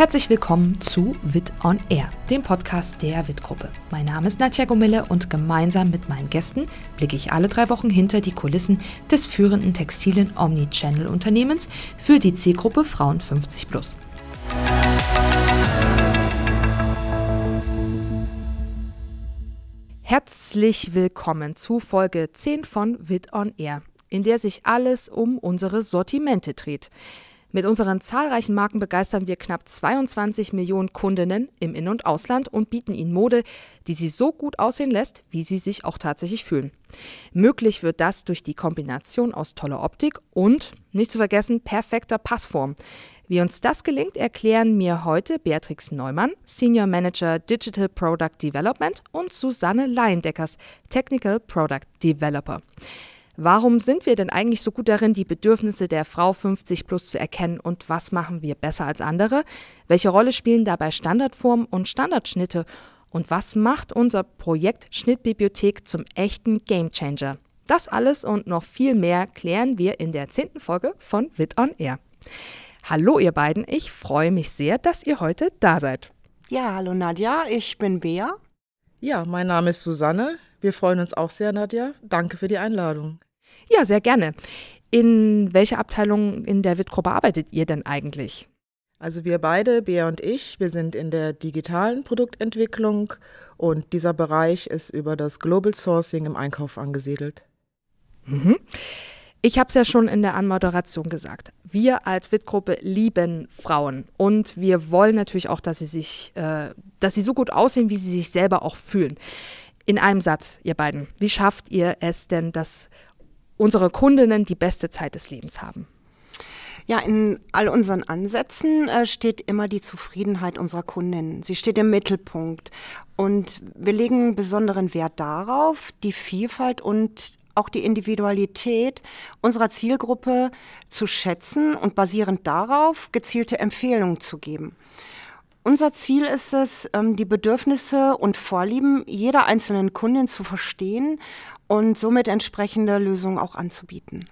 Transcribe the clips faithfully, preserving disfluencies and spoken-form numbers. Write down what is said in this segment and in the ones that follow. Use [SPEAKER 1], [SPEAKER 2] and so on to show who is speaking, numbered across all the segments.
[SPEAKER 1] Herzlich willkommen zu Wit on Air, dem Podcast der Witt-Gruppe. Mein Name ist Nadja Gomille und gemeinsam mit meinen Gästen blicke ich alle drei Wochen hinter die Kulissen des führenden textilen Omnichannel-Unternehmens für die Zielgruppe Frauen fünfzig plus. Herzlich willkommen zu Folge zehn von Wit on Air, in der sich alles um unsere Sortimente dreht. Mit unseren zahlreichen Marken begeistern wir knapp zweiundzwanzig Millionen Kundinnen im In- und Ausland und bieten ihnen Mode, die sie so gut aussehen lässt, wie sie sich auch tatsächlich fühlen. Möglich wird das durch die Kombination aus toller Optik und, nicht zu vergessen, perfekter Passform. Wie uns das gelingt, erklären mir heute Beatrix Neumann, Senior Manager Digital Product Development, und Susanne Laiendeckers, Technical Product Developer. Warum sind wir denn eigentlich so gut darin, die Bedürfnisse der Frau fünfzig plus zu erkennen, und was machen wir besser als andere? Welche Rolle spielen dabei Standardformen und Standardschnitte? Und was macht unser Projekt Schnittbibliothek zum echten Gamechanger? Das alles und noch viel mehr klären wir in der zehnten Folge von Wit on Air. Hallo ihr beiden, ich freue mich sehr, dass ihr heute da seid.
[SPEAKER 2] Ja, hallo Nadja, ich bin Bea.
[SPEAKER 3] Ja, mein Name ist Susanne. Wir freuen uns auch sehr, Nadja. Danke für die Einladung.
[SPEAKER 1] Ja, sehr gerne. In welcher Abteilung in der Witt-Gruppe arbeitet ihr denn eigentlich?
[SPEAKER 3] Also wir beide, Bea und ich, wir sind in der digitalen Produktentwicklung und dieser Bereich ist über das Global Sourcing im Einkauf angesiedelt.
[SPEAKER 1] Mhm. Ich habe es ja schon in der Anmoderation gesagt. Wir als Witt-Gruppe lieben Frauen und wir wollen natürlich auch, dass sie sich, äh, dass sie so gut aussehen, wie sie sich selber auch fühlen. In einem Satz, ihr beiden, wie schafft ihr es denn, dass unsere Kundinnen die beste Zeit des Lebens haben?
[SPEAKER 2] Ja, in all unseren Ansätzen äh, steht immer die Zufriedenheit unserer Kundinnen. Sie steht im Mittelpunkt und wir legen besonderen Wert darauf, die Vielfalt und auch die Individualität unserer Zielgruppe zu schätzen und basierend darauf gezielte Empfehlungen zu geben. Unser Ziel ist es, die Bedürfnisse und Vorlieben jeder einzelnen Kundin zu verstehen und somit entsprechende Lösungen auch anzubieten.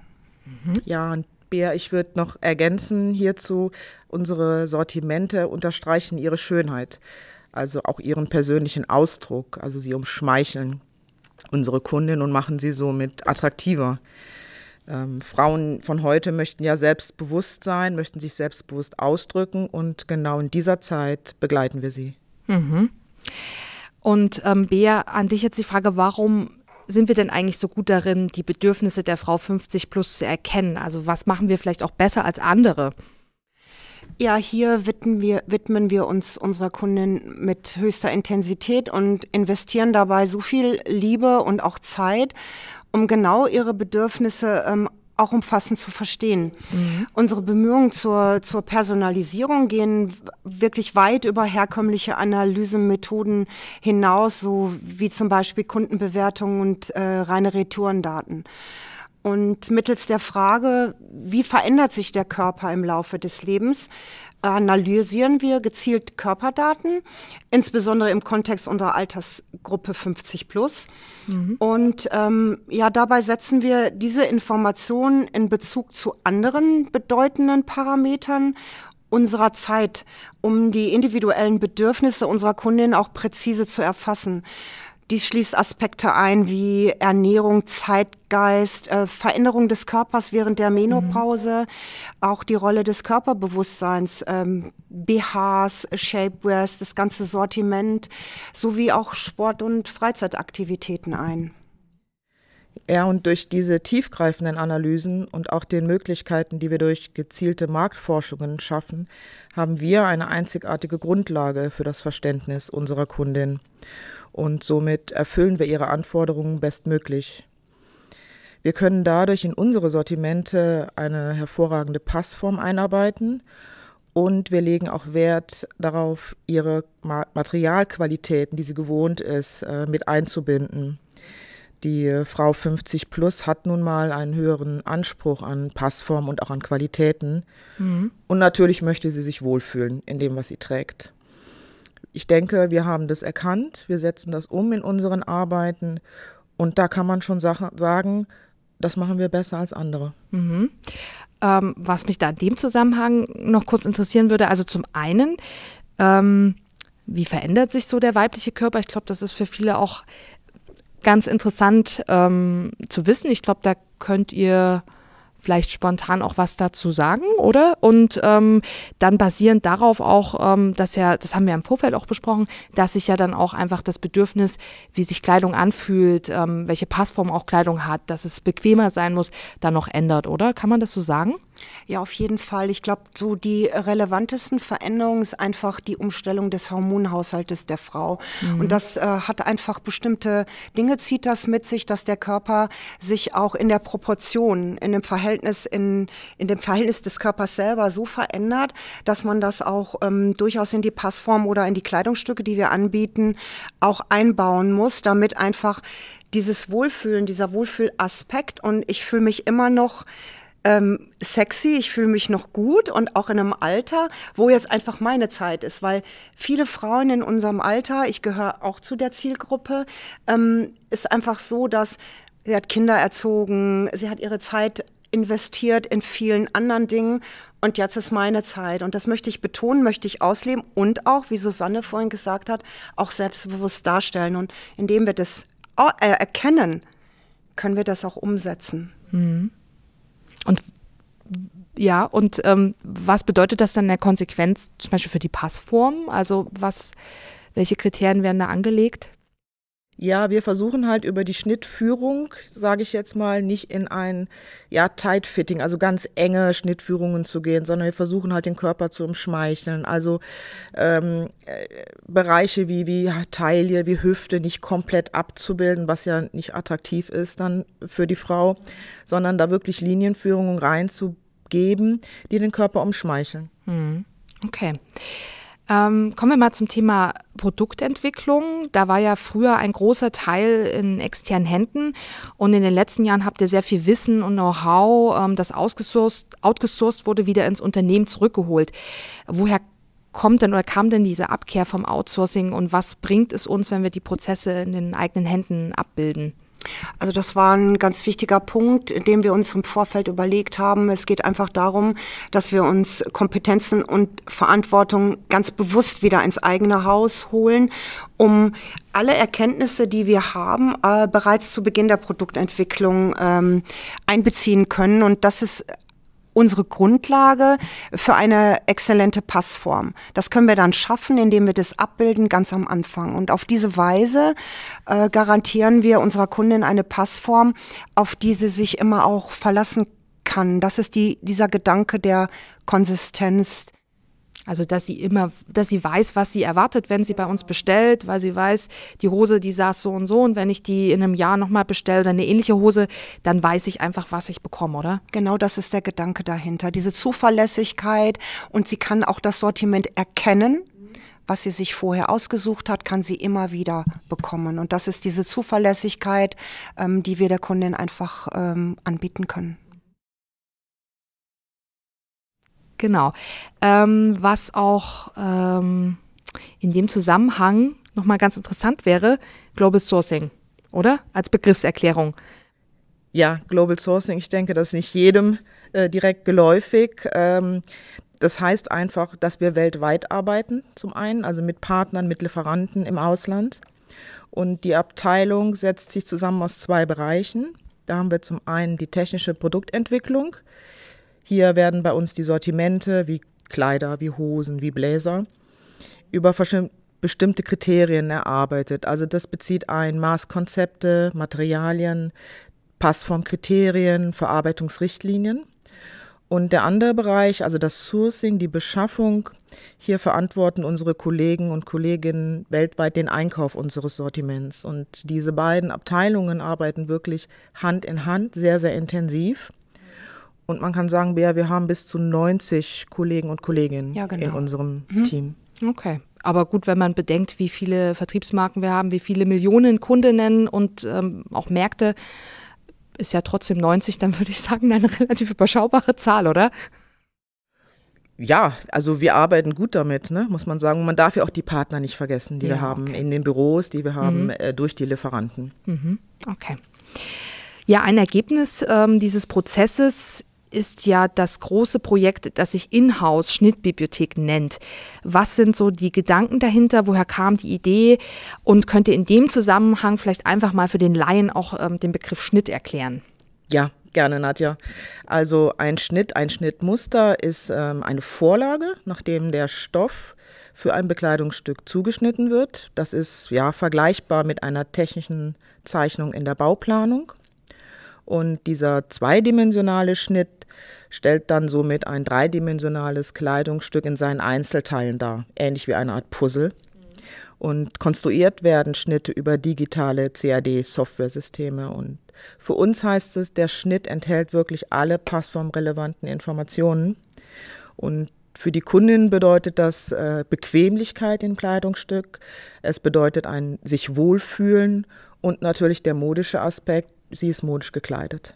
[SPEAKER 3] Ja, und Bea, ich würde noch ergänzen hierzu, unsere Sortimente unterstreichen ihre Schönheit, also auch ihren persönlichen Ausdruck, also sie umschmeicheln unsere Kundin und machen sie somit attraktiver. Ähm, Frauen von heute möchten ja selbstbewusst sein, möchten sich selbstbewusst ausdrücken und genau in dieser Zeit begleiten wir sie.
[SPEAKER 1] Mhm. Und ähm, Bea, an dich jetzt die Frage, warum sind wir denn eigentlich so gut darin, die Bedürfnisse der Frau fünfzig plus zu erkennen? Also was machen wir vielleicht auch besser als andere?
[SPEAKER 2] Ja, hier widmen wir, widmen wir uns unserer Kundin mit höchster Intensität und investieren dabei so viel Liebe und auch Zeit, um genau ihre Bedürfnisse ähm, auch umfassend zu verstehen. Mhm. Unsere Bemühungen zur, zur Personalisierung gehen wirklich weit über herkömmliche Analysemethoden hinaus, so wie zum Beispiel Kundenbewertungen und äh, reine Retourendaten. Und mittels der Frage, wie verändert sich der Körper im Laufe des Lebens, analysieren wir gezielt Körperdaten, insbesondere im Kontext unserer Altersgruppe fünfzig plus. Mhm. Und ähm, ja, dabei setzen wir diese Informationen in Bezug zu anderen bedeutenden Parametern unserer Zeit, um die individuellen Bedürfnisse unserer Kundin auch präzise zu erfassen. Dies schließt Aspekte ein wie Ernährung, Zeitgeist, äh, Veränderung des Körpers während der Menopause, mhm. auch die Rolle des Körperbewusstseins, ähm, B Hs, Shapewears, das ganze Sortiment, sowie auch Sport- und Freizeitaktivitäten ein.
[SPEAKER 3] Ja, und durch diese tiefgreifenden Analysen und auch den Möglichkeiten, die wir durch gezielte Marktforschungen schaffen, haben wir eine einzigartige Grundlage für das Verständnis unserer Kundin. Und somit erfüllen wir ihre Anforderungen bestmöglich. Wir können dadurch in unsere Sortimente eine hervorragende Passform einarbeiten und wir legen auch Wert darauf, ihre Materialqualitäten, die sie gewohnt ist, mit einzubinden. Die Frau fünfzig plus hat nun mal einen höheren Anspruch an Passform und auch an Qualitäten. Mhm. Und natürlich möchte sie sich wohlfühlen in dem, was sie trägt. Ich denke, wir haben das erkannt, wir setzen das um in unseren Arbeiten und da kann man schon sagen, das machen wir besser als andere.
[SPEAKER 1] Mhm. Ähm, was mich da in dem Zusammenhang noch kurz interessieren würde, also zum einen, ähm, wie verändert sich so der weibliche Körper? Ich glaube, das ist für viele auch ganz interessant ähm, zu wissen. Ich glaube, da könnt ihr vielleicht spontan auch was dazu sagen, oder? Und ähm, dann basierend darauf auch, ähm, dass ja, das haben wir im Vorfeld auch besprochen, dass sich ja dann auch einfach das Bedürfnis, wie sich Kleidung anfühlt, ähm, welche Passform auch Kleidung hat, dass es bequemer sein muss, dann noch ändert, oder? Kann man das so sagen?
[SPEAKER 2] Ja, auf jeden Fall. Ich glaube, so die relevantesten Veränderungen ist einfach die Umstellung des Hormonhaushaltes der Frau. Mhm. Und das äh, hat einfach bestimmte Dinge, zieht das mit sich, dass der Körper sich auch in der Proportion, in dem Verhältnis, in, in dem Verhältnis des Körpers selber so verändert, dass man das auch ähm, durchaus in die Passform oder in die Kleidungsstücke, die wir anbieten, auch einbauen muss, damit einfach dieses Wohlfühlen, dieser Wohlfühlaspekt, und ich fühle mich immer noch Ähm, sexy, ich fühle mich noch gut und auch in einem Alter, wo jetzt einfach meine Zeit ist, weil viele Frauen in unserem Alter, ich gehöre auch zu der Zielgruppe, ähm, ist einfach so, dass sie hat Kinder erzogen, sie hat ihre Zeit investiert in vielen anderen Dingen und jetzt ist meine Zeit und das möchte ich betonen, möchte ich ausleben und auch, wie Susanne vorhin gesagt hat, auch selbstbewusst darstellen, und indem wir das erkennen, können wir das auch umsetzen.
[SPEAKER 1] Mhm. Und ja, und ähm, was bedeutet das dann in der Konsequenz zum Beispiel für die Passform? Also was, welche Kriterien werden da angelegt?
[SPEAKER 3] Ja, wir versuchen halt über die Schnittführung, sage ich jetzt mal, nicht in ein ja, Tight-Fitting, also ganz enge Schnittführungen zu gehen, sondern wir versuchen halt den Körper zu umschmeicheln. Also ähm, äh, Bereiche wie, wie Taille, wie Hüfte nicht komplett abzubilden, was ja nicht attraktiv ist dann für die Frau, sondern da wirklich Linienführungen reinzugeben, die den Körper umschmeicheln.
[SPEAKER 1] Hm. Okay. Ähm, kommen wir mal zum Thema Produktentwicklung. Da war ja früher ein großer Teil in externen Händen und in den letzten Jahren habt ihr sehr viel Wissen und Know-how, ähm, das outgesourced, outgesourced wurde, wieder ins Unternehmen zurückgeholt. Woher kommt denn oder kam denn diese Abkehr vom Outsourcing und was bringt es uns, wenn wir die Prozesse in den eigenen Händen abbilden?
[SPEAKER 2] Also das war ein ganz wichtiger Punkt, den wir uns im Vorfeld überlegt haben. Es geht einfach darum, dass wir uns Kompetenzen und Verantwortung ganz bewusst wieder ins eigene Haus holen, um alle Erkenntnisse, die wir haben, äh, bereits zu Beginn der Produktentwicklung ähm, einbeziehen können. Und das ist unsere Grundlage für eine exzellente Passform. Das können wir dann schaffen, indem wir das abbilden ganz am Anfang. Und auf diese Weise äh, garantieren wir unserer Kundin eine Passform, auf die sie sich immer auch verlassen kann. Das ist die, dieser Gedanke der Konsistenz.
[SPEAKER 1] Also, dass sie immer, dass sie weiß, was sie erwartet, wenn sie bei uns bestellt, weil sie weiß, die Hose, die saß so und so und wenn ich die in einem Jahr nochmal bestelle oder eine ähnliche Hose, dann weiß ich einfach, was ich bekomme, oder?
[SPEAKER 2] Genau, das ist der Gedanke dahinter, diese Zuverlässigkeit, und sie kann auch das Sortiment erkennen, was sie sich vorher ausgesucht hat, kann sie immer wieder bekommen, und das ist diese Zuverlässigkeit, ähm, die wir der Kundin einfach ähm, anbieten können.
[SPEAKER 1] Genau. Ähm, was auch ähm, in dem Zusammenhang nochmal ganz interessant wäre, Global Sourcing, oder? Als Begriffserklärung.
[SPEAKER 3] Ja, Global Sourcing, ich denke, das ist nicht jedem äh, direkt geläufig. Ähm, das heißt einfach, dass wir weltweit arbeiten, zum einen, also mit Partnern, mit Lieferanten im Ausland. Und die Abteilung setzt sich zusammen aus zwei Bereichen. Da haben wir zum einen die technische Produktentwicklung. Hier werden bei uns die Sortimente wie Kleider, wie Hosen, wie Bläser über bestimmte Kriterien erarbeitet. Also das bezieht ein Maßkonzepte, Materialien, Passformkriterien, Verarbeitungsrichtlinien. Und der andere Bereich, also das Sourcing, die Beschaffung, hier verantworten unsere Kollegen und Kolleginnen weltweit den Einkauf unseres Sortiments. Und diese beiden Abteilungen arbeiten wirklich Hand in Hand, sehr, sehr intensiv. Und man kann sagen, Bea, wir haben bis zu neunzig Kollegen und Kolleginnen ja, genau. in unserem mhm. Team.
[SPEAKER 1] Okay, aber gut, wenn man bedenkt, wie viele Vertriebsmarken wir haben, wie viele Millionen Kundinnen und ähm, auch Märkte, ist ja trotzdem neunzig, dann würde ich sagen, eine relativ überschaubare Zahl, oder?
[SPEAKER 3] Ja, also wir arbeiten gut damit, ne, muss man sagen. Man darf ja auch die Partner nicht vergessen, die ja, wir haben okay. in den Büros, die wir haben mhm. äh, durch die Lieferanten.
[SPEAKER 1] Mhm. Okay. Ja, ein Ergebnis ähm, dieses Prozesses ist ja das große Projekt, das sich Inhouse Schnittbibliothek nennt. Was sind so die Gedanken dahinter? Woher kam die Idee? Und könnt ihr in dem Zusammenhang vielleicht einfach mal für den Laien auch ähm, den Begriff Schnitt erklären?
[SPEAKER 3] Ja, gerne, Nadja. Also ein Schnitt, ein Schnittmuster ist ähm, eine Vorlage, nachdem der Stoff für ein Bekleidungsstück zugeschnitten wird. Das ist ja vergleichbar mit einer technischen Zeichnung in der Bauplanung. Und dieser zweidimensionale Schnitt stellt dann somit ein dreidimensionales Kleidungsstück in seinen Einzelteilen dar, ähnlich wie eine Art Puzzle. Und konstruiert werden Schnitte über digitale C A D-Softwaresysteme. Und für uns heißt es, der Schnitt enthält wirklich alle passformrelevanten Informationen. Und für die Kundin bedeutet das äh, Bequemlichkeit im Kleidungsstück. Es bedeutet ein sich wohlfühlen und natürlich der modische Aspekt. Sie ist modisch gekleidet.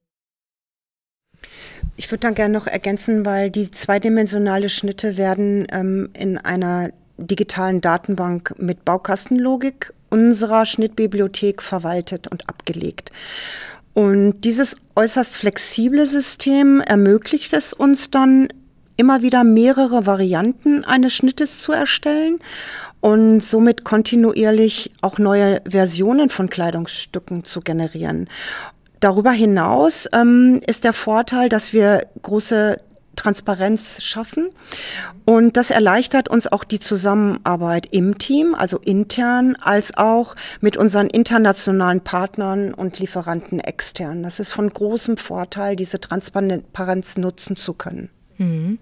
[SPEAKER 2] Ich würde dann gerne noch ergänzen, weil die zweidimensionale Schnitte werden ähm, in einer digitalen Datenbank mit Baukastenlogik unserer Schnittbibliothek verwaltet und abgelegt. Und dieses äußerst flexible System ermöglicht es uns dann, immer wieder mehrere Varianten eines Schnittes zu erstellen und somit kontinuierlich auch neue Versionen von Kleidungsstücken zu generieren. Darüber hinaus ähm, ist der Vorteil, dass wir große Transparenz schaffen und das erleichtert uns auch die Zusammenarbeit im Team, also intern, als auch mit unseren internationalen Partnern und Lieferanten extern. Das ist von großem Vorteil, diese Transparenz nutzen zu können.
[SPEAKER 1] Mhm.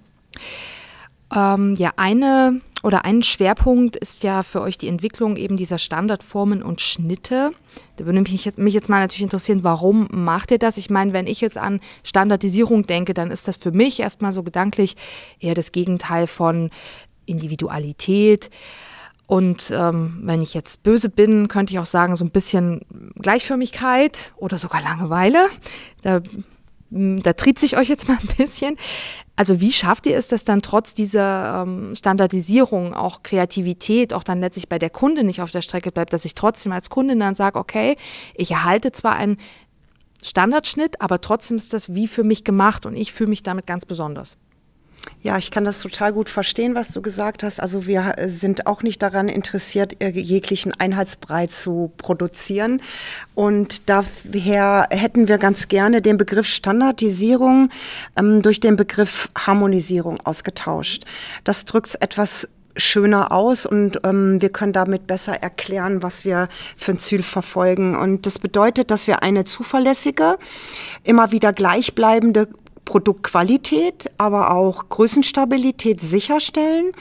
[SPEAKER 1] Ähm, ja, eine oder ein Schwerpunkt ist ja für euch die Entwicklung eben dieser Standardformen und Schnitte. Da würde mich jetzt, mich jetzt mal natürlich interessieren, warum macht ihr das? Ich meine, wenn ich jetzt an Standardisierung denke, dann ist das für mich erstmal so gedanklich eher das Gegenteil von Individualität. Und ähm, wenn ich jetzt böse bin, könnte ich auch sagen, so ein bisschen Gleichförmigkeit oder sogar Langeweile. Da Da tritt sich euch jetzt mal ein bisschen. Also wie schafft ihr es, dass dann trotz dieser ähm, Standardisierung auch Kreativität auch dann letztlich bei der Kunde nicht auf der Strecke bleibt, dass ich trotzdem als Kundin dann sage, okay, ich erhalte zwar einen Standardschnitt, aber trotzdem ist das wie für mich gemacht und ich fühle mich damit ganz besonders.
[SPEAKER 2] Ja, ich kann das total gut verstehen, was du gesagt hast. Also wir sind auch nicht daran interessiert, jeglichen Einheitsbrei zu produzieren. Und daher hätten wir ganz gerne den Begriff Standardisierung ähm, durch den Begriff Harmonisierung ausgetauscht. Das drückt es etwas schöner aus und ähm, wir können damit besser erklären, was wir für ein Ziel verfolgen. Und das bedeutet, dass wir eine zuverlässige, immer wieder gleichbleibende Produktqualität, aber auch Größenstabilität sicherstellen.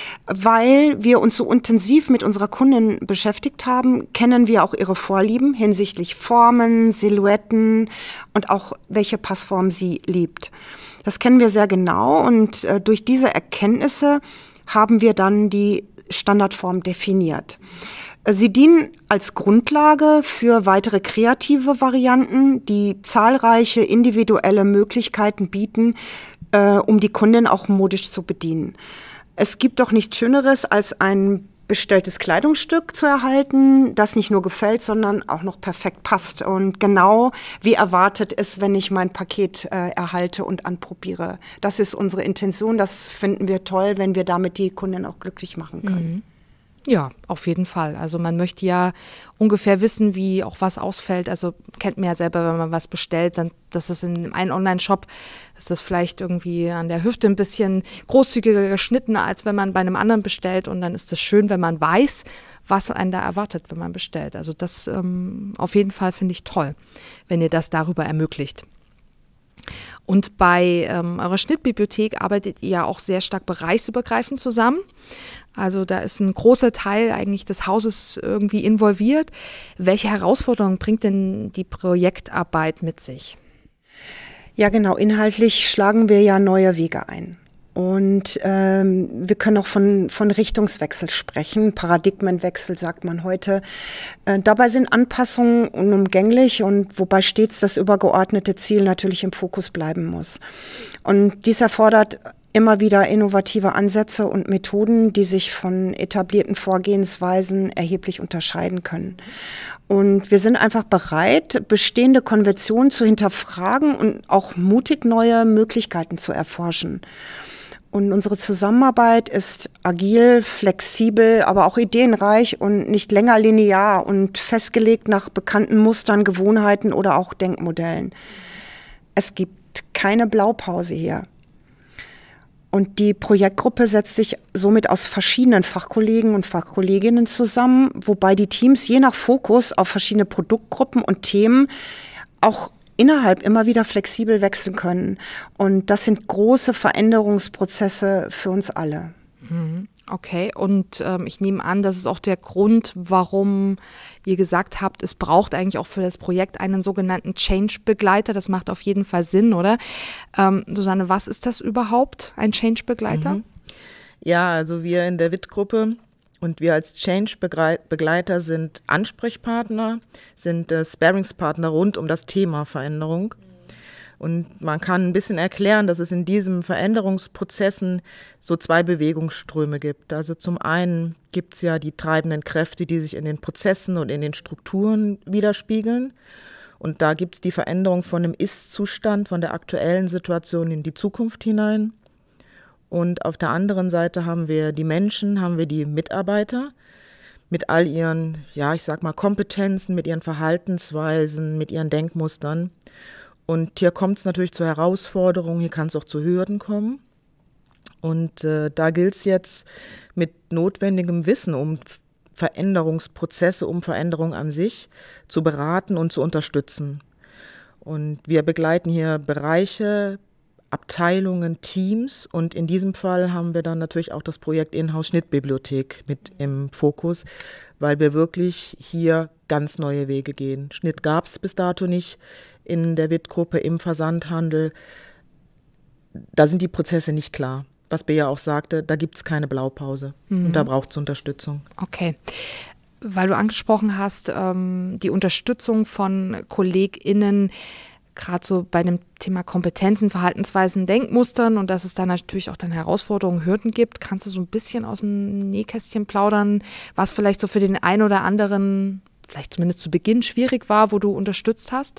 [SPEAKER 2] Weil wir uns so intensiv mit unserer Kundin beschäftigt haben, kennen wir auch ihre Vorlieben hinsichtlich Formen, Silhouetten und auch welche Passform sie liebt. Das kennen wir sehr genau und äh, durch diese Erkenntnisse haben wir dann die Standardform definiert. Sie dienen als Grundlage für weitere kreative Varianten, die zahlreiche individuelle Möglichkeiten bieten, äh, um die Kundin auch modisch zu bedienen. Es gibt doch nichts Schöneres, als ein bestelltes Kleidungsstück zu erhalten, das nicht nur gefällt, sondern auch noch perfekt passt. Und genau wie erwartet ist, wenn ich mein Paket äh, erhalte und anprobiere. Das ist unsere Intention. Das finden wir toll, wenn wir damit die Kundin auch glücklich machen können.
[SPEAKER 1] Mhm. Ja, auf jeden Fall. Also man möchte ja ungefähr wissen, wie auch was ausfällt. Also kennt man ja selber, wenn man was bestellt, dann das ist in einem Online-Shop, ist das vielleicht irgendwie an der Hüfte ein bisschen großzügiger geschnitten, als wenn man bei einem anderen bestellt. Und dann ist es schön, wenn man weiß, was einen da erwartet, wenn man bestellt. Also das ähm, auf jeden Fall finde ich toll, wenn ihr das darüber ermöglicht. Und bei ähm, eurer Schnittbibliothek arbeitet ihr ja auch sehr stark bereichsübergreifend zusammen. Also da ist ein großer Teil eigentlich des Hauses irgendwie involviert. Welche Herausforderungen bringt denn die Projektarbeit mit sich?
[SPEAKER 2] Ja, genau. Inhaltlich schlagen wir ja neue Wege ein. Und ähm, wir können auch von, von Richtungswechsel sprechen, Paradigmenwechsel sagt man heute. Äh, dabei sind Anpassungen unumgänglich und wobei stets das übergeordnete Ziel natürlich im Fokus bleiben muss. Und dies erfordert immer wieder innovative Ansätze und Methoden, die sich von etablierten Vorgehensweisen erheblich unterscheiden können. Und wir sind einfach bereit, bestehende Konventionen zu hinterfragen und auch mutig neue Möglichkeiten zu erforschen. Und unsere Zusammenarbeit ist agil, flexibel, aber auch ideenreich und nicht länger linear und festgelegt nach bekannten Mustern, Gewohnheiten oder auch Denkmodellen. Es gibt keine Blaupause hier. Und die Projektgruppe setzt sich somit aus verschiedenen Fachkollegen und Fachkolleginnen zusammen, wobei die Teams je nach Fokus auf verschiedene Produktgruppen und Themen auch innerhalb immer wieder flexibel wechseln können. Und das sind große Veränderungsprozesse für uns alle.
[SPEAKER 1] Okay, und ähm, ich nehme an, das ist auch der Grund, warum ihr gesagt habt, es braucht eigentlich auch für das Projekt einen sogenannten Change-Begleiter. Das macht auf jeden Fall Sinn, oder? Ähm, Susanne, was ist das überhaupt, ein Change-Begleiter?
[SPEAKER 3] Mhm. Ja, also wir in der W I T-Gruppe und wir als Change-Begleiter sind Ansprechpartner, sind äh, Sparringspartner rund um das Thema Veränderung. Und man kann ein bisschen erklären, dass es in diesen Veränderungsprozessen so zwei Bewegungsströme gibt. Also zum einen gibt es ja die treibenden Kräfte, die sich in den Prozessen und in den Strukturen widerspiegeln. Und da gibt es die Veränderung von dem Ist-Zustand, von der aktuellen Situation in die Zukunft hinein. Und auf der anderen Seite haben wir die Menschen, haben wir die Mitarbeiter mit all ihren, ja, ich sag mal, Kompetenzen, mit ihren Verhaltensweisen, mit ihren Denkmustern. Und hier kommt es natürlich zu Herausforderungen, hier kann es auch zu Hürden kommen. Und äh, da gilt es jetzt mit notwendigem Wissen um Veränderungsprozesse, um Veränderung an sich zu beraten und zu unterstützen. Und wir begleiten hier Bereiche, Abteilungen, Teams und in diesem Fall haben wir dann natürlich auch das Projekt Inhouse Schnittbibliothek mit im Fokus, weil wir wirklich hier ganz neue Wege gehen. Schnitt gab es bis dato nicht in der W I T-Gruppe, im Versandhandel. Da sind die Prozesse nicht klar. Was Bea auch sagte, da gibt es keine Blaupause mhm. und da braucht es Unterstützung.
[SPEAKER 1] Okay. Weil du angesprochen hast, ähm, die Unterstützung von KollegInnen, gerade so bei dem Thema Kompetenzen, Verhaltensweisen, Denkmustern und dass es da natürlich auch dann Herausforderungen, Hürden gibt. Kannst du so ein bisschen aus dem Nähkästchen plaudern, was vielleicht so für den einen oder anderen, vielleicht zumindest zu Beginn, schwierig war, wo du unterstützt hast?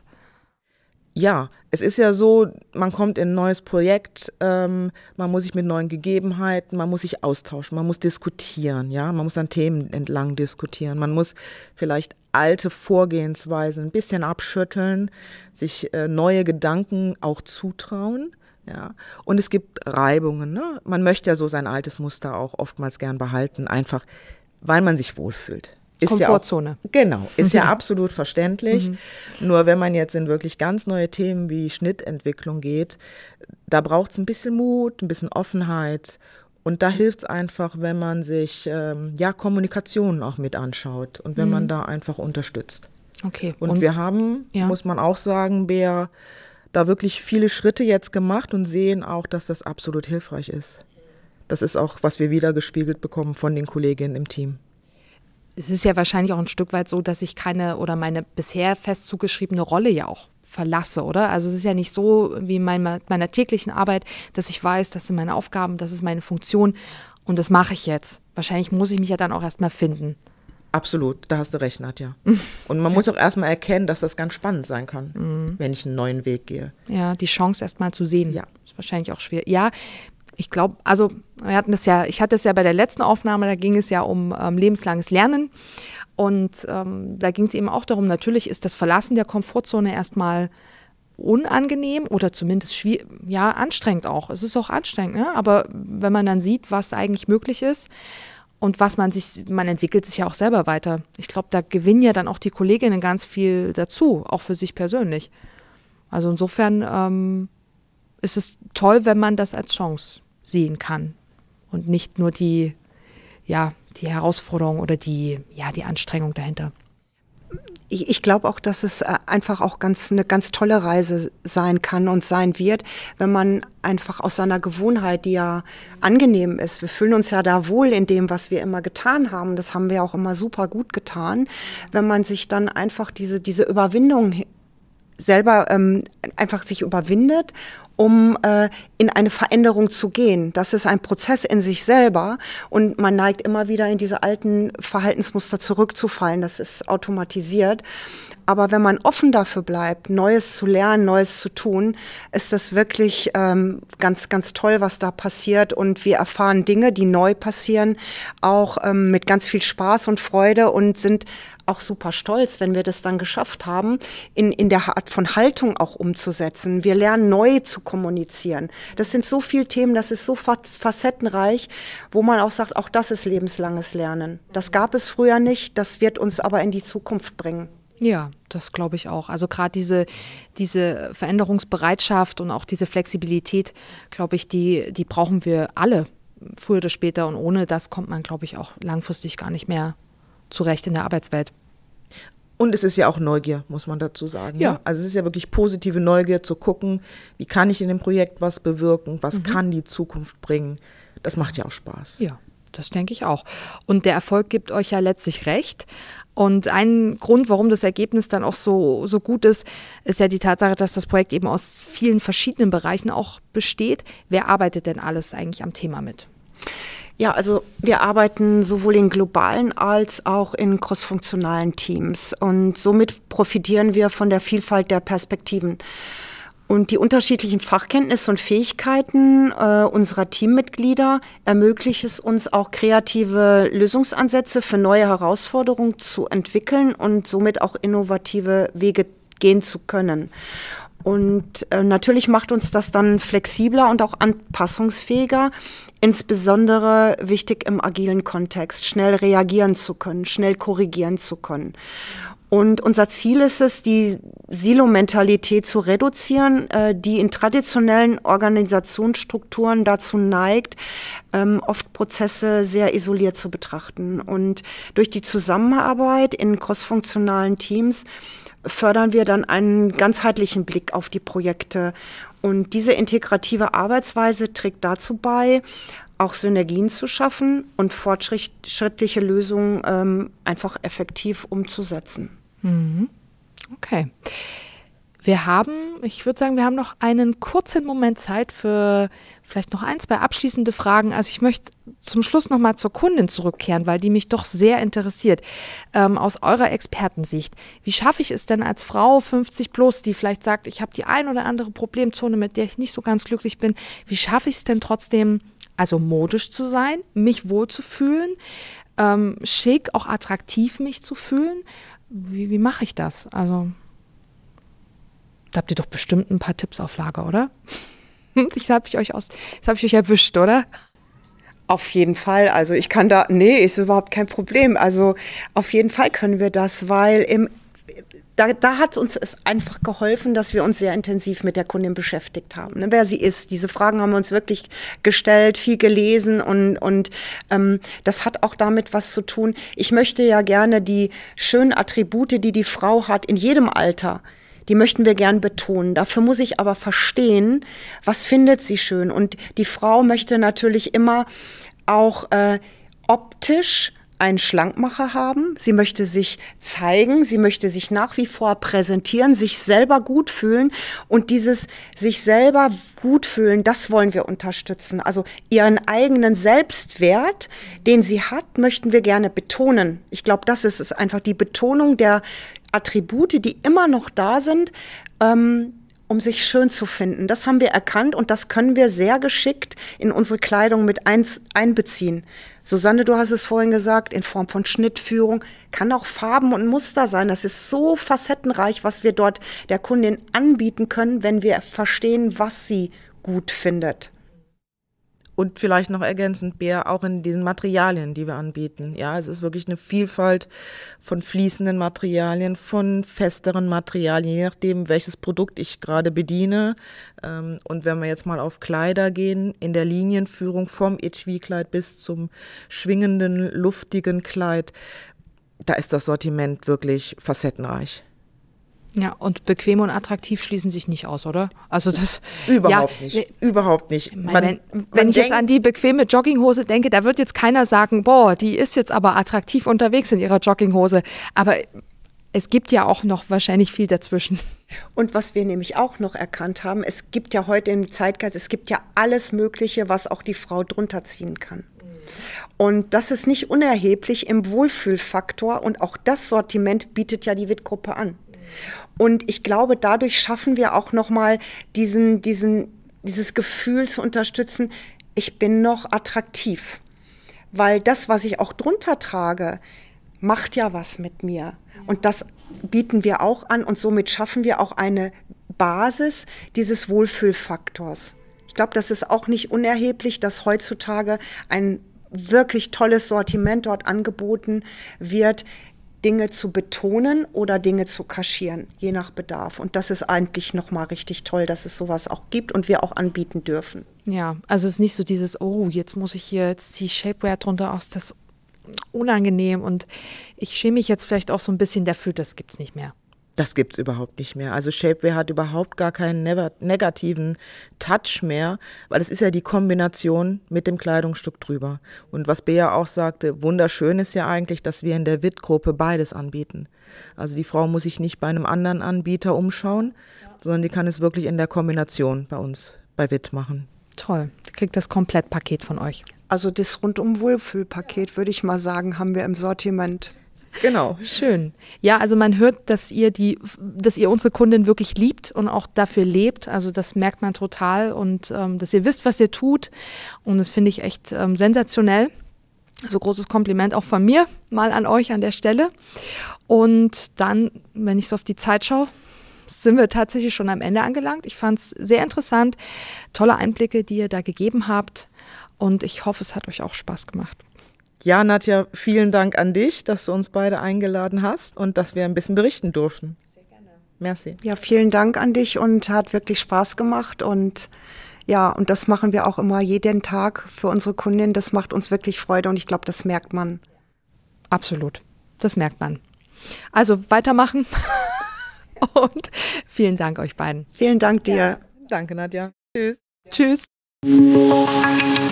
[SPEAKER 3] Ja, es ist ja so, man kommt in ein neues Projekt, ähm, man muss sich mit neuen Gegebenheiten, man muss sich austauschen, man muss diskutieren, ja, man muss an Themen entlang diskutieren, man muss vielleicht alte Vorgehensweisen ein bisschen abschütteln, sich äh, neue Gedanken auch zutrauen, ja, und es gibt Reibungen, ne? Man möchte ja so sein altes Muster auch oftmals gern behalten, einfach weil man sich wohlfühlt. Ist
[SPEAKER 1] Komfortzone.
[SPEAKER 3] Ja auch, genau, ist ja absolut verständlich. Mhm. Nur wenn man jetzt in wirklich ganz neue Themen wie Schnittentwicklung geht, da braucht es ein bisschen Mut, ein bisschen Offenheit. Und da hilft es einfach, wenn man sich ähm, ja, Kommunikation auch mit anschaut und wenn mhm. man da einfach unterstützt.
[SPEAKER 1] Okay.
[SPEAKER 3] Und, und wir haben, ja. muss man auch sagen, Bea, da wirklich viele Schritte jetzt gemacht und sehen auch, dass das absolut hilfreich ist. Das ist auch, was wir wiedergespiegelt bekommen von den Kolleginnen im Team.
[SPEAKER 1] Es ist ja wahrscheinlich auch ein Stück weit so, dass ich keine oder meine bisher fest zugeschriebene Rolle ja auch verlasse, oder? Also es ist ja nicht so wie in meiner, meiner täglichen Arbeit, dass ich weiß, das sind meine Aufgaben, das ist meine Funktion und das mache ich jetzt. Wahrscheinlich muss ich mich ja dann auch erstmal finden.
[SPEAKER 3] Absolut, da hast du recht, Nadja. Und man muss auch erstmal erkennen, dass das ganz spannend sein kann, mhm. wenn ich einen neuen Weg gehe.
[SPEAKER 1] Ja, die Chance erstmal zu sehen.
[SPEAKER 3] Ja.
[SPEAKER 1] Ist wahrscheinlich auch schwer. Ja, ich glaube, also wir hatten das ja, ich hatte es ja bei der letzten Aufnahme, da ging es ja um ähm, lebenslanges Lernen und ähm, da ging es eben auch darum, natürlich ist das Verlassen der Komfortzone erstmal unangenehm oder zumindest schwierig, ja, anstrengend auch. Es ist auch anstrengend, ne? Aber wenn man dann sieht, was eigentlich möglich ist und was man sich, man entwickelt sich ja auch selber weiter. Ich glaube, da gewinnen ja dann auch die Kolleginnen ganz viel dazu, auch für sich persönlich. Also insofern ähm, ist es toll, wenn man das als Chance sehen kann und nicht nur die, ja, die Herausforderung oder die, ja, die Anstrengung dahinter.
[SPEAKER 2] Ich, ich glaube auch, dass es einfach auch ganz eine ganz tolle Reise sein kann und sein wird, wenn man einfach aus seiner Gewohnheit, die ja angenehm ist, wir fühlen uns ja da wohl in dem, was wir immer getan haben, das haben wir auch immer super gut getan, wenn man sich dann einfach diese, diese Überwindung selber ähm, einfach sich überwindet um äh, in eine Veränderung zu gehen. Das ist ein Prozess in sich selber und man neigt immer wieder in diese alten Verhaltensmuster zurückzufallen. Das ist automatisiert. Aber wenn man offen dafür bleibt, Neues zu lernen, Neues zu tun, ist das wirklich ähm, ganz, ganz toll, was da passiert. Und wir erfahren Dinge, die neu passieren, auch ähm, mit ganz viel Spaß und Freude und sind auch super stolz, wenn wir das dann geschafft haben, in, in der Art von Haltung auch umzusetzen. Wir lernen neu zu kommunizieren. Das sind so viele Themen, das ist so facettenreich, wo man auch sagt, auch das ist lebenslanges Lernen. Das gab es früher nicht, das wird uns aber in die Zukunft bringen.
[SPEAKER 1] Ja, das glaube ich auch. Also gerade diese, diese Veränderungsbereitschaft und auch diese Flexibilität, glaube ich, die, die brauchen wir alle, früher oder später. Und ohne das kommt man, glaube ich, auch langfristig gar nicht mehr zurecht in der Arbeitswelt.
[SPEAKER 3] Und es ist ja auch Neugier, muss man dazu sagen.
[SPEAKER 1] Ja.
[SPEAKER 3] Ne? Also es ist ja wirklich positive Neugier zu gucken, wie kann ich in dem Projekt was bewirken, was mhm. kann die Zukunft bringen. Das macht ja auch Spaß.
[SPEAKER 1] Ja, das denke ich auch. Und der Erfolg gibt euch ja letztlich recht. Und ein Grund, warum das Ergebnis dann auch so, so gut ist, ist ja die Tatsache, dass das Projekt eben aus vielen verschiedenen Bereichen auch besteht. Wer arbeitet denn alles eigentlich am Thema mit?
[SPEAKER 2] Ja, also wir arbeiten sowohl in globalen als auch in crossfunktionalen Teams. Und somit profitieren wir von der Vielfalt der Perspektiven. Und die unterschiedlichen Fachkenntnisse und Fähigkeiten äh, unserer Teammitglieder ermöglichen es uns auch, kreative Lösungsansätze für neue Herausforderungen zu entwickeln und somit auch innovative Wege gehen zu können. Und äh, natürlich macht uns das dann flexibler und auch anpassungsfähiger, insbesondere wichtig im agilen Kontext, schnell reagieren zu können, schnell korrigieren zu können. Und unser Ziel ist es, die Silo-Mentalität zu reduzieren, äh, die in traditionellen Organisationsstrukturen dazu neigt, ähm, oft Prozesse sehr isoliert zu betrachten. Und durch die Zusammenarbeit in crossfunktionalen Teams fördern wir dann einen ganzheitlichen Blick auf die Projekte. Und diese integrative Arbeitsweise trägt dazu bei, auch Synergien zu schaffen und fortschrittliche Lösungen ähm, einfach effektiv umzusetzen.
[SPEAKER 1] Mhm. Okay. Wir haben, ich würde sagen, wir haben noch einen kurzen Moment Zeit für vielleicht noch ein, zwei abschließende Fragen. Also ich möchte zum Schluss noch mal zur Kundin zurückkehren, weil die mich doch sehr interessiert. Ähm, aus eurer Expertensicht, wie schaffe ich es denn als Frau fünfzig plus, die vielleicht sagt, ich habe die ein oder andere Problemzone, mit der ich nicht so ganz glücklich bin, wie schaffe ich es denn trotzdem, also modisch zu sein, mich wohlzufühlen, ähm, schick, auch attraktiv mich zu fühlen? Wie, wie mache ich das? Also da habt ihr doch bestimmt ein paar Tipps auf Lager, oder? Ich habe ich euch aus, das habe ich euch erwischt, oder?
[SPEAKER 2] Auf jeden Fall. Also ich kann da, nee, ist überhaupt kein Problem. Also auf jeden Fall können wir das, weil im Da, da hat uns es einfach geholfen, dass wir uns sehr intensiv mit der Kundin beschäftigt haben, ne, wer sie ist. Diese Fragen haben wir uns wirklich gestellt, viel gelesen und, und ähm, das hat auch damit was zu tun. Ich möchte ja gerne die schönen Attribute, die die Frau hat, in jedem Alter, die möchten wir gern betonen. Dafür muss ich aber verstehen, was findet sie schön. Und die Frau möchte natürlich immer auch äh, optisch einen Schlankmacher haben. Sie möchte sich zeigen, sie möchte sich nach wie vor präsentieren, sich selber gut fühlen und dieses sich selber gut fühlen, das wollen wir unterstützen. Also ihren eigenen Selbstwert, den sie hat, möchten wir gerne betonen. Ich glaube, das ist es einfach, die Betonung der Attribute, die immer noch da sind, ähm, um sich schön zu finden. Das haben wir erkannt und das können wir sehr geschickt in unsere Kleidung mit ein, einbeziehen. Susanne, du hast es vorhin gesagt, in Form von Schnittführung, kann auch Farben und Muster sein. Das ist so facettenreich, was wir dort der Kundin anbieten können, wenn wir verstehen, was sie gut findet.
[SPEAKER 3] Und vielleicht noch ergänzend, Bea, auch in diesen Materialien, die wir anbieten. Ja, es ist wirklich eine Vielfalt von fließenden Materialien, von festeren Materialien, je nachdem, welches Produkt ich gerade bediene. Und wenn wir jetzt mal auf Kleider gehen, in der Linienführung vom Etui-Kleid bis zum schwingenden, luftigen Kleid, da ist das Sortiment wirklich facettenreich.
[SPEAKER 1] Ja, und bequem und attraktiv schließen sich nicht aus, oder? Also das
[SPEAKER 3] Überhaupt
[SPEAKER 1] ja,
[SPEAKER 3] nicht, überhaupt nicht.
[SPEAKER 1] Man,
[SPEAKER 3] Man,
[SPEAKER 1] wenn wenn
[SPEAKER 3] man
[SPEAKER 1] ich jetzt an die bequeme Jogginghose denke, da wird jetzt keiner sagen, boah, die ist jetzt aber attraktiv unterwegs in ihrer Jogginghose. Aber es gibt ja auch noch wahrscheinlich viel dazwischen.
[SPEAKER 2] Und was wir nämlich auch noch erkannt haben, es gibt ja heute im Zeitgeist, es gibt ja alles Mögliche, was auch die Frau drunter ziehen kann. Und das ist nicht unerheblich im Wohlfühlfaktor und auch das Sortiment bietet ja die Witt-Gruppe an. Und ich glaube, dadurch schaffen wir auch nochmal diesen, diesen, dieses Gefühl zu unterstützen, ich bin noch attraktiv. Weil das, was ich auch drunter trage, macht ja was mit mir. Und das bieten wir auch an und somit schaffen wir auch eine Basis dieses Wohlfühlfaktors. Ich glaube, das ist auch nicht unerheblich, dass heutzutage ein wirklich tolles Sortiment dort angeboten wird, Dinge zu betonen oder Dinge zu kaschieren, je nach Bedarf. Und das ist eigentlich nochmal richtig toll, dass es sowas auch gibt und wir auch anbieten dürfen.
[SPEAKER 1] Ja, also es ist nicht so dieses, oh, jetzt muss ich hier, jetzt ziehe ich Shapewear drunter aus, das ist unangenehm und ich schäme mich jetzt vielleicht auch so ein bisschen dafür, das gibt's nicht mehr.
[SPEAKER 3] Das gibt's überhaupt nicht mehr. Also Shapewear hat überhaupt gar keinen negativen Touch mehr, weil es ist ja die Kombination mit dem Kleidungsstück drüber. Und was Bea auch sagte, wunderschön ist ja eigentlich, dass wir in der Witt-Gruppe beides anbieten. Also die Frau muss sich nicht bei einem anderen Anbieter umschauen, sondern die kann es wirklich in der Kombination bei uns, bei Witt machen.
[SPEAKER 1] Toll, die kriegt das Komplettpaket von euch.
[SPEAKER 2] Also das Rundum-Wohlfühl-Paket, würde ich mal sagen, haben wir im Sortiment.
[SPEAKER 3] Genau.
[SPEAKER 1] Schön. Ja, also man hört, dass ihr die, dass ihr unsere Kundin wirklich liebt und auch dafür lebt. Also das merkt man total und ähm, dass ihr wisst, was ihr tut. Und das finde ich echt ähm, sensationell. Also großes Kompliment auch von mir mal an euch an der Stelle. Und dann, wenn ich so auf die Zeit schaue, sind wir tatsächlich schon am Ende angelangt. Ich fand es sehr interessant. Tolle Einblicke, die ihr da gegeben habt. Und ich hoffe, es hat euch auch Spaß gemacht.
[SPEAKER 3] Ja, Nadja, vielen Dank an dich, dass du uns beide eingeladen hast und dass wir ein bisschen berichten durften. Sehr gerne. Merci.
[SPEAKER 2] Ja, vielen Dank an dich und hat wirklich Spaß gemacht und ja, und das machen wir auch immer jeden Tag für unsere Kundin. Das macht uns wirklich Freude und ich glaube, das merkt man.
[SPEAKER 1] Absolut, das merkt man. Also weitermachen und vielen Dank euch beiden.
[SPEAKER 2] Vielen Dank dir.
[SPEAKER 3] Ja. Danke, Nadja. Tschüss.
[SPEAKER 1] Tschüss.